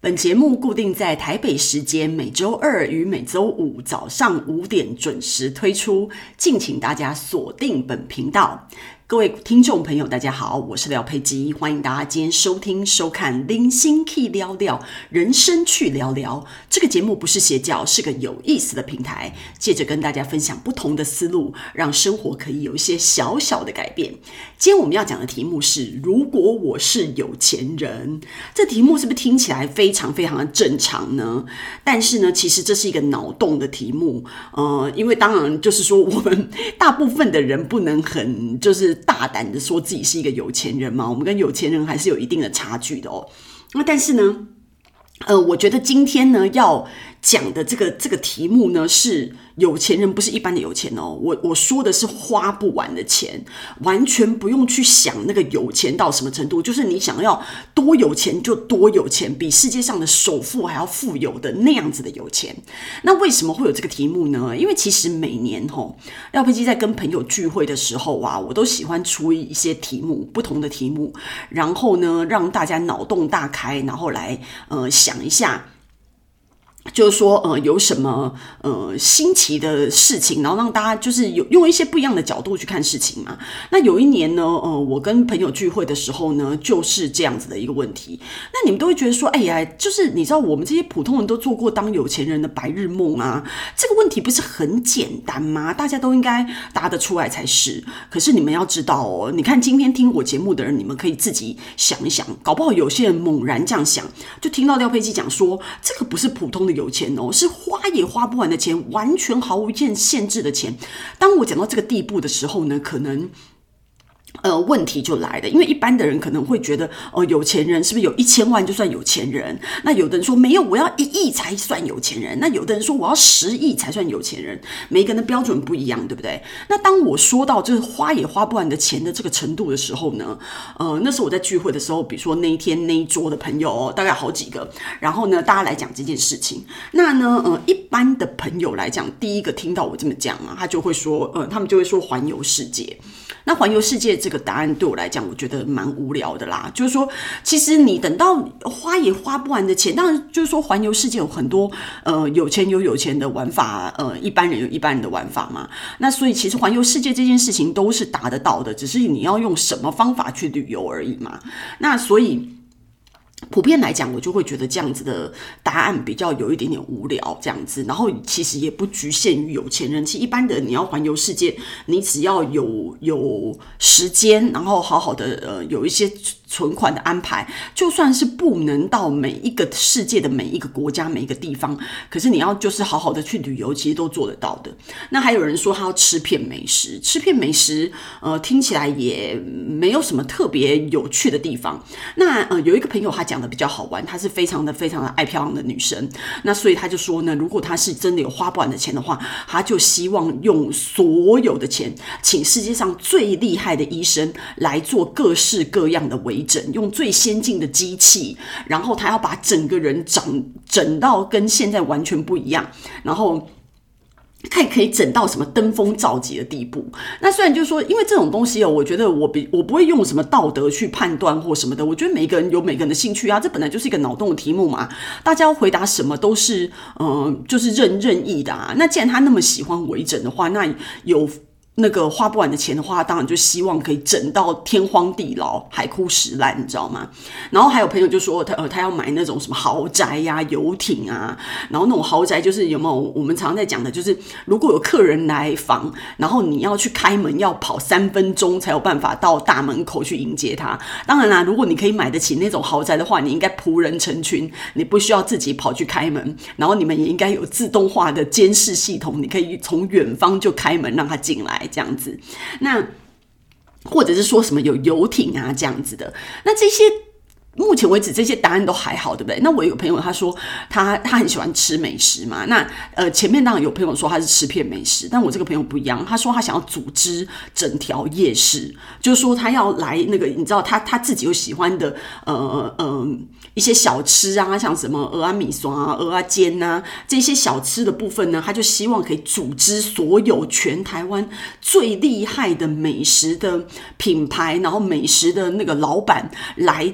本节目固定在台北时间每周二与每周五早上5点准时推出，敬请大家锁定本频道。各位听众朋友大家好，我是廖佩基，欢迎大家今天收听收看零星 Key 聊聊人生去聊聊。这个节目不是邪教，是个有意思的平台，借着跟大家分享不同的思路，让生活可以有一些小小的改变。今天我们要讲的题目是如果我是有钱人。这题目是不是听起来非常非常的正常呢？但是呢，其实这是一个脑洞的题目。因为当然就是说我们大部分的人不能很就是大胆的说自己是一个有钱人嘛，我们跟有钱人还是有一定的差距的哦。那但是呢，我觉得今天呢要讲的这个题目呢是有钱人，不是一般的有钱哦。我说的是花不完的钱，完全不用去想那个有钱到什么程度，就是你想要多有钱就多有钱，比世界上的首富还要富有的那样子的有钱。那为什么会有这个题目呢？因为其实每年廖佩基在跟朋友聚会的时候啊，我都喜欢出一些题目，不同的题目，然后呢让大家脑洞大开，然后来想一下。就是说，有什么新奇的事情，然后让大家就是用一些不一样的角度去看事情嘛。那有一年呢，我跟朋友聚会的时候呢，就是这样子的一个问题。那你们都会觉得说，哎呀，就是你知道我们这些普通人都做过当有钱人的白日梦啊，这个问题不是很简单吗？大家都应该答得出来才是。可是你们要知道哦，你看今天听我节目的人，你们可以自己想一想，搞不好有些人猛然这样想，就听到廖佩基讲说，这个不是普通的有钱哦，是花也花不完的钱，完全毫无限制的钱。当我讲到这个地步的时候呢，可能问题就来了，因为一般的人可能会觉得，有钱人是不是有1000万就算有钱人？那有的人说没有，我要1亿才算有钱人。那有的人说我要10亿才算有钱人。每一个人的标准不一样，对不对？那当我说到就是花也花不完的钱的这个程度的时候呢，那时候我在聚会的时候，比如说那一天那一桌的朋友大概好几个，然后呢，大家来讲这件事情。那呢，一般的朋友来讲，第一个听到我这么讲啊，他就会说，他们就会说环游世界。那环游世界这个答案对我来讲，我觉得蛮无聊的啦。就是说，其实你等到花也花不完的钱，当然就是说环游世界有很多有钱有有钱的玩法，一般人有一般人的玩法嘛。那所以其实环游世界这件事情都是达得到的，只是你要用什么方法去旅游而已嘛。那所以普遍来讲，我就会觉得这样子的答案比较有一点点无聊，这样子。然后其实也不局限于有钱人，其实一般的你要环游世界，你只要有时间，然后好好的有一些存款的安排，就算是不能到每一个世界的每一个国家每一个地方，可是你要就是好好的去旅游，其实都做得到的。那还有人说他要吃遍美食，吃遍美食听起来也没有什么特别有趣的地方。那有一个朋友他讲的比较好玩，她是非常的爱漂亮的女生，那所以他就说呢，如果他是真的有花不完的钱的话，他就希望用所有的钱请世界上最厉害的医生来做各式各样的微整，用最先进的机器，然后他要把整个人整到跟现在完全不一样，然后看可以整到什么登峰造极的地步。那虽然就是说，因为这种东西我觉得我不会用什么道德去判断或什么的。我觉得每个人有每个人的兴趣啊，这本来就是一个脑洞的题目嘛。大家要回答什么都是就是任意的啊。那既然他那么喜欢微整的话，那有那个花不完的钱的话，当然就希望可以整到天荒地老、海枯石烂，你知道吗？然后还有朋友就说他要买那种什么豪宅啊、游艇啊，然后那种豪宅就是有没有我们常常在讲的，就是如果有客人来访，然后你要去开门要跑3分钟才有办法到大门口去迎接他。当然啦，如果你可以买得起那种豪宅的话，你应该仆人成群，你不需要自己跑去开门，然后你们也应该有自动化的监视系统，你可以从远方就开门让他进来。这样子，那或者是说什么有游艇啊这样子的，那这些目前为止这些答案都还好，对不对？那我有个朋友他说他很喜欢吃美食嘛，那前面当然有朋友说他是吃遍美食，但我这个朋友不一样，他说他想要组织整条夜市，就是说他要来那个你知道他自己有喜欢的一些小吃啊，像什么蚵仔米线啊、蚵仔煎啊这些小吃的部分呢，他就希望可以组织所有全台湾最厉害的美食的品牌，然后美食的那个老板来这整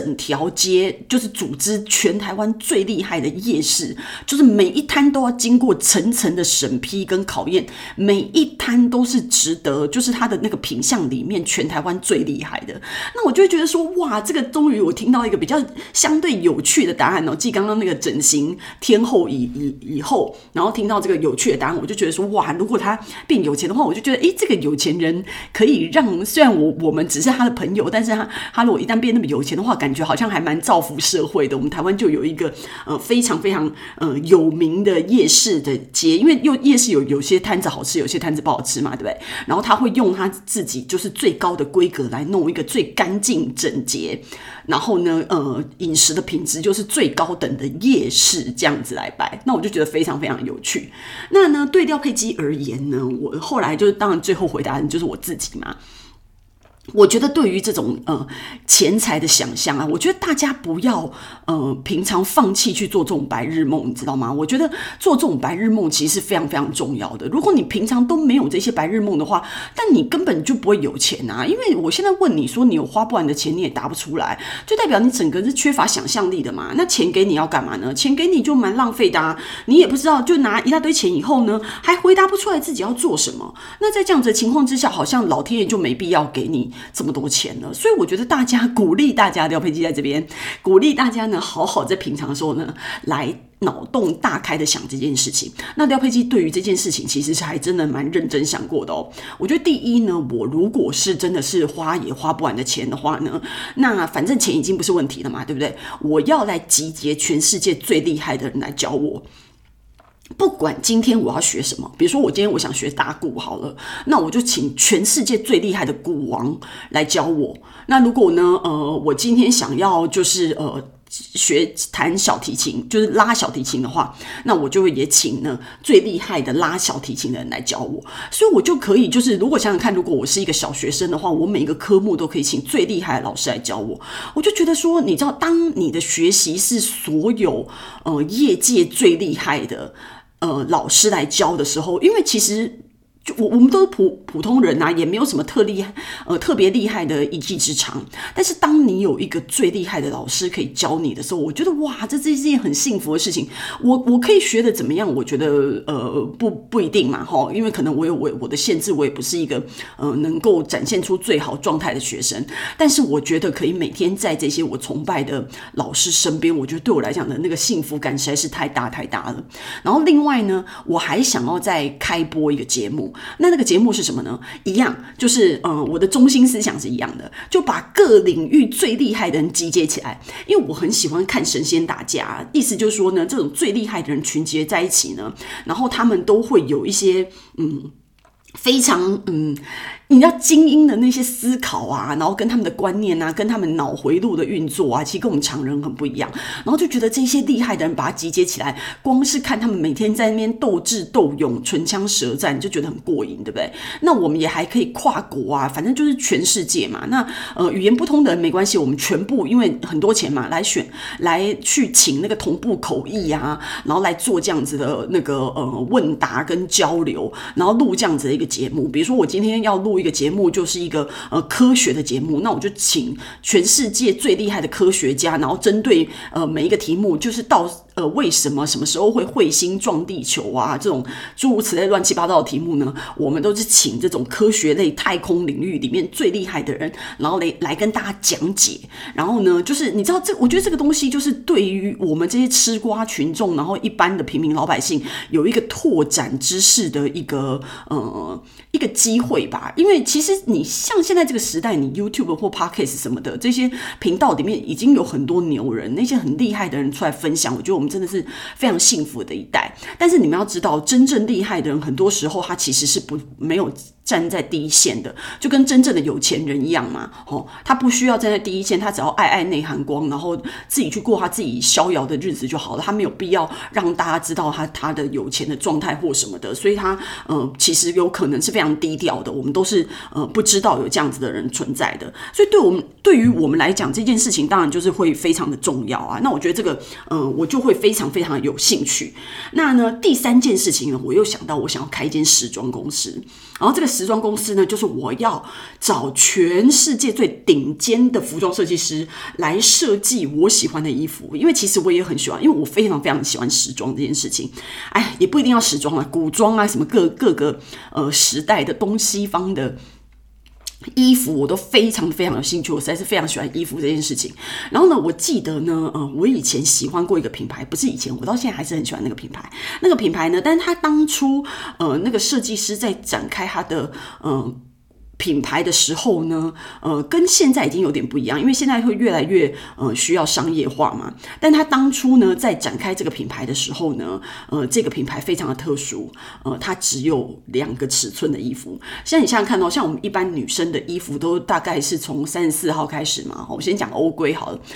整条街就是组织全台湾最厉害的夜市，就是每一摊都要经过层层的审批跟考验，每一摊都是值得，就是它的那个品项里面全台湾最厉害的。那我就会觉得说，哇，这个终于我听到一个比较相对有趣的答案哦。继刚刚那个整形天后以后，然后听到这个有趣的答案，我就觉得说，哇，如果他变有钱的话，我就觉得，这个有钱人可以让虽然我们只是他的朋友，但是他如果一旦变那么有钱的话，感觉好像还蛮造福社会的。我们台湾就有一个非常非常有名的夜市的街，因为夜市有些摊子好吃，有些摊子不好吃嘛，对不对？然后他会用他自己就是最高的规格来弄一个最干净整洁，然后呢饮食的品质就是最高等的夜市这样子来摆。那我就觉得非常非常有趣。那呢对廖佩基而言呢，我后来就是当然最后回答的就是我自己嘛。我觉得对于这种钱财的想象啊，我觉得大家不要平常放弃去做这种白日梦，你知道吗？我觉得做这种白日梦其实是非常非常重要的。如果你平常都没有这些白日梦的话，但你根本就不会有钱啊。因为我现在问你说你有花不完的钱，你也答不出来，就代表你整个是缺乏想象力的嘛。那钱给你要干嘛呢？钱给你就蛮浪费的啊，你也不知道，就拿一大堆钱以后呢，还回答不出来自己要做什么。那在这样子的情况之下，好像老天爷就没必要给你这么多钱了。所以我觉得鼓励大家，廖佩基在这边鼓励大家呢，好好在平常的时候呢，来脑洞大开的想这件事情。那廖佩基对于这件事情其实是还真的蛮认真想过的哦。我觉得第一呢，我如果是真的是花也花不完的钱的话呢，那反正钱已经不是问题了嘛，对不对？我要来集结全世界最厉害的人来教我。不管今天我要学什么，比如说我今天我想学打鼓好了，那我就请全世界最厉害的鼓王来教我。那如果呢，我今天想要就是学弹小提琴，就是拉小提琴的话，那我就会也请呢最厉害的拉小提琴的人来教我。所以我就可以就是如果想想看，如果我是一个小学生的话，我每一个科目都可以请最厉害的老师来教我。我就觉得说，你知道，当你的学习是所有业界最厉害的老师来教的时候，因为其实我们都是普通人啊，也没有什么特别厉害的一技之长。但是当你有一个最厉害的老师可以教你的时候，我觉得哇，这是一件很幸福的事情。我可以学的怎么样？我觉得不一定嘛，哈，因为可能我有我的限制，我也不是一个能够展现出最好状态的学生。但是我觉得可以每天在这些我崇拜的老师身边，我觉得对我来讲的那个幸福感实在是太大太大了。然后另外呢，我还想要再开播一个节目。那个节目是什么呢？一样，就是我的中心思想是一样的，就把各领域最厉害的人集结起来。因为我很喜欢看神仙打架，意思就是说呢，这种最厉害的人群结在一起呢，然后他们都会有一些非常你要精英的那些思考啊，然后跟他们的观念啊，跟他们脑回路的运作啊，其实跟我们常人很不一样。然后就觉得这些厉害的人把它集结起来，光是看他们每天在那边斗智斗勇、唇枪舌战，就觉得很过瘾，对不对？那我们也还可以跨国啊，反正就是全世界嘛。那语言不通的人没关系，我们全部因为很多钱嘛，来去请那个同步口译啊，然后来做这样子的那个问答跟交流，然后录这样子的一个节目。比如说我今天要录一个节目，就是一个科学的节目，那我就请全世界最厉害的科学家，然后针对每一个题目，就是到为什么什么时候会彗星撞地球啊，这种诸如此类乱七八糟的题目呢，我们都是请这种科学类太空领域里面最厉害的人，然后来跟大家讲解。然后呢，就是你知道我觉得这个东西就是对于我们这些吃瓜群众，然后一般的平民老百姓有一个拓展知识的一个机会吧。因为其实你像现在这个时代，你 YouTube 或 Podcast 什么的这些频道里面已经有很多牛人，那些很厉害的人出来分享，我觉得我们真的是非常幸福的一代。但是你们要知道，真正厉害的人很多时候他其实是没有站在第一线的，就跟真正的有钱人一样嘛。他不需要站在第一线，他只要爱内涵光，然后自己去过他自己逍遥的日子就好了。他没有必要让大家知道他的有钱的状态或什么的，所以他其实有可能是非常低调的。我们都是不知道有这样子的人存在的，所以对于我们来讲，这件事情当然就是会非常的重要啊。那我觉得这个我就会非常非常有兴趣。那呢，第三件事情呢，我又想到我想要开一间时装公司。然后这个时装公司呢，就是我要找全世界最顶尖的服装设计师来设计我喜欢的衣服，因为其实我也很喜欢，因为我非常非常喜欢时装这件事情。也不一定要时装啊，古装啊，什么各个时代的东西方的衣服我都非常非常有兴趣，我实在是非常喜欢衣服这件事情。然后呢，我记得呢，我以前喜欢过一个品牌，不是以前，我到现在还是很喜欢那个品牌。那个品牌呢，但是他当初那个设计师在展开他的品牌的时候呢，跟现在已经有点不一样，因为现在会越来越需要商业化嘛。但他当初呢，在展开这个品牌的时候呢，这个品牌非常的特殊，它只有2个尺寸的衣服。现在你想想看哦，像我们一般女生的衣服都大概是从34号开始嘛，我先讲欧规好了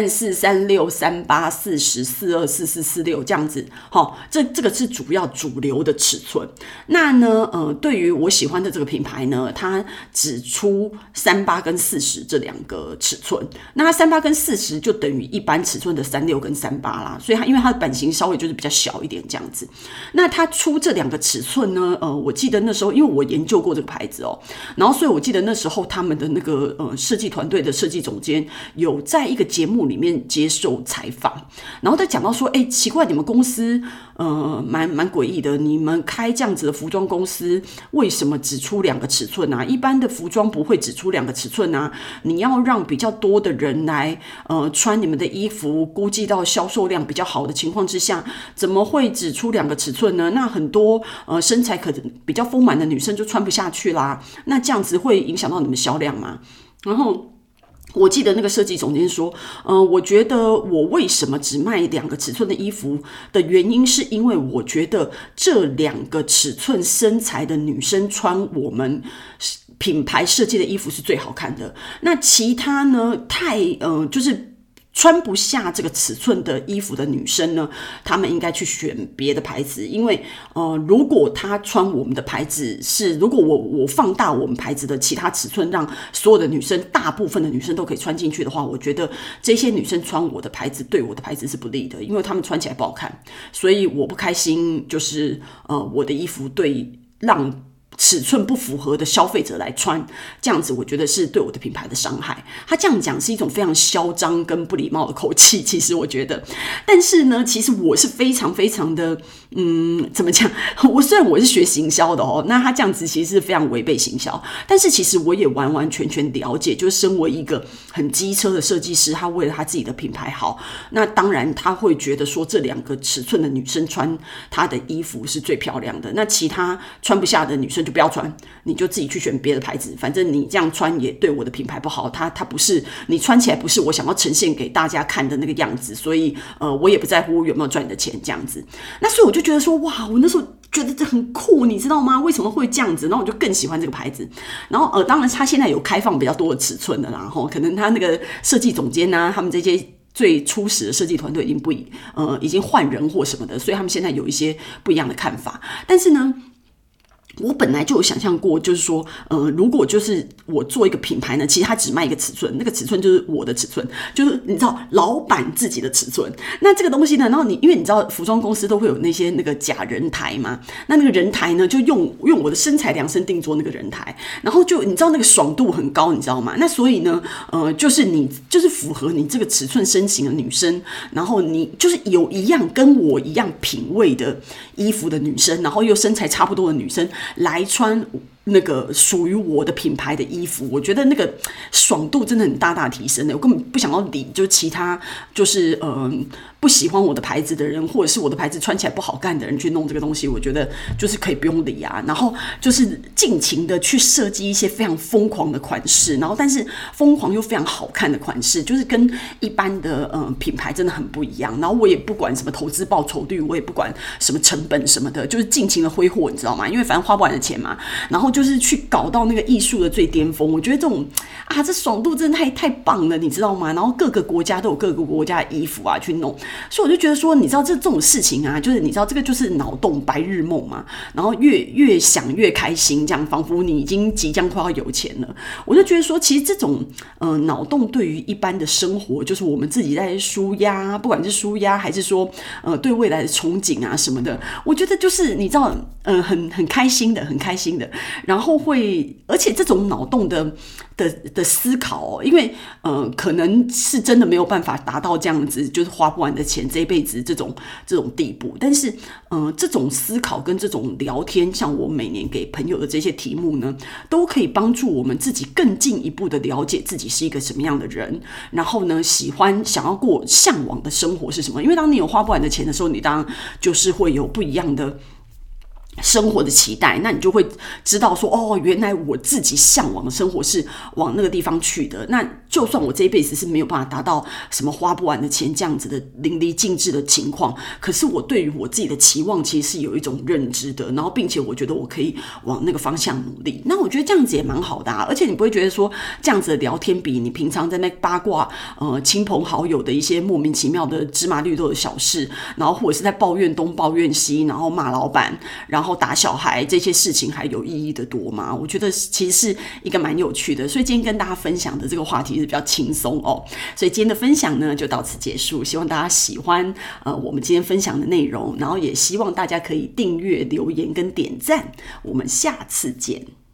，34、36、38、40、42、44、46这样子，这个是主流的尺寸。那呢，对于我喜欢的这个品牌呢，它只出38跟40这2个尺寸，那它38跟40就等于一般尺寸的36跟38啦，所以因为它的版型稍微就是比较小一点这样子。那它出这2个尺寸呢，我记得那时候因为我研究过这个牌子然后所以我记得那时候他们的那个设计团队的设计总监有在一个节目里面接受采访，然后他讲到说，奇怪，你们公司蛮诡异的，你们开这样子的服装公司，为什么只出2个尺寸啊？一般的服装不会只出2个尺寸啊，你要让比较多的人来穿你们的衣服，估计到销售量比较好的情况之下，怎么会只出2个尺寸呢？那很多身材可能比较丰满的女生就穿不下去啦，那这样子会影响到你们销量吗？然后我记得那个设计总监说，我觉得我为什么只卖2个尺寸的衣服的原因，是因为我觉得这2个尺寸身材的女生穿我们品牌设计的衣服是最好看的。那其他呢，就是穿不下这个尺寸的衣服的女生呢，她们应该去选别的牌子，因为如果她穿我们的牌子如果我放大我们牌子的其他尺寸，让所有的女生大部分的女生都可以穿进去的话，我觉得这些女生穿我的牌子对我的牌子是不利的，因为她们穿起来不好看，所以我不开心，就是我的衣服让尺寸不符合的消费者来穿，这样子我觉得是对我的品牌的伤害。他这样讲是一种非常嚣张跟不礼貌的口气，其实我觉得，但是呢，其实我是非常非常的，怎么讲？虽然我是学行销的那他这样子其实是非常违背行销，但是其实我也完完全全了解，就是身为一个很机车的设计师，他为了他自己的品牌好，那当然他会觉得说这2个尺寸的女生穿她的衣服是最漂亮的，那其他穿不下的女生就不要穿，你就自己去选别的牌子，反正你这样穿也对我的品牌不好，它不是你穿起来不是我想要呈现给大家看的那个样子，所以我也不在乎有没有赚你的钱这样子。那所以我就觉得说，哇，我那时候觉得这很酷，你知道吗？为什么会这样子？然后我就更喜欢这个牌子。然后当然他现在有开放比较多的尺寸的啦，然后可能他那个设计总监他们这些最初始的设计团队已经换人或什么的，所以他们现在有一些不一样的看法。但是呢，我本来就有想象过，就是说，如果就是我做一个品牌呢，其实它只卖一个尺寸，那个尺寸就是我的尺寸，就是你知道老板自己的尺寸。那这个东西呢，然后因为你知道服装公司都会有那些那个假人台嘛，那个人台呢就用我的身材量身定做那个人台，然后就你知道那个爽度很高，你知道吗？那所以呢，就是你就是符合你这个尺寸身形的女生，然后你就是有一样跟我一样品味的衣服的女生，然后又身材差不多的女生来穿那个属于我的品牌的衣服，我觉得那个爽度真的很大大提升的。我根本不想要理，就是其他就是不喜欢我的牌子的人，或者是我的牌子穿起来不好看的人去弄这个东西，我觉得就是可以不用理啊。然后就是尽情的去设计一些非常疯狂的款式，然后但是疯狂又非常好看的款式，就是跟一般的品牌真的很不一样。然后我也不管什么投资报酬率，我也不管什么成本什么的，就是尽情的挥霍，你知道吗？因为反正花不完的钱嘛。然后就是去搞到那个艺术的最巅峰，我觉得这种这爽度真的太棒了，你知道吗？然后各个国家都有各个国家的衣服去弄，所以我就觉得说，你知道这种事情就是你知道这个就是脑洞白日梦嘛，然后越想越开心，这样仿佛你已经即将快要有钱了。我就觉得说，其实这种脑洞对于一般的生活，就是我们自己在抒压，不管是抒压还是说对未来的憧憬什么的，我觉得就是你知道很开心的，很开心的。 然后而且这种脑洞的思考因为可能是真的没有办法达到这样子，就是花不完的钱这一辈子这种地步，但是这种思考跟这种聊天，像我每年给朋友的这些题目呢，都可以帮助我们自己更进一步的了解自己是一个什么样的人，然后呢想要过向往的生活是什么。因为当你有花不完的钱的时候，你当然就是会有不一样的生活的期待，那你就会知道说原来我自己向往的生活是往那个地方去的。那就算我这一辈子是没有办法达到什么花不完的钱这样子的淋漓尽致的情况，可是我对于我自己的期望其实是有一种认知的，然后并且我觉得我可以往那个方向努力。那我觉得这样子也蛮好的而且你不会觉得说这样子的聊天比你平常在那八卦亲朋好友的一些莫名其妙的芝麻绿豆的小事，然后或者是在抱怨东抱怨西，然后骂老板，然后打小孩，这些事情还有意义的多吗？我觉得其实是一个蛮有趣的，所以今天跟大家分享的这个话题是比较轻松所以今天的分享呢就到此结束，希望大家喜欢我们今天分享的内容，然后也希望大家可以订阅、留言跟点赞，我们下次见。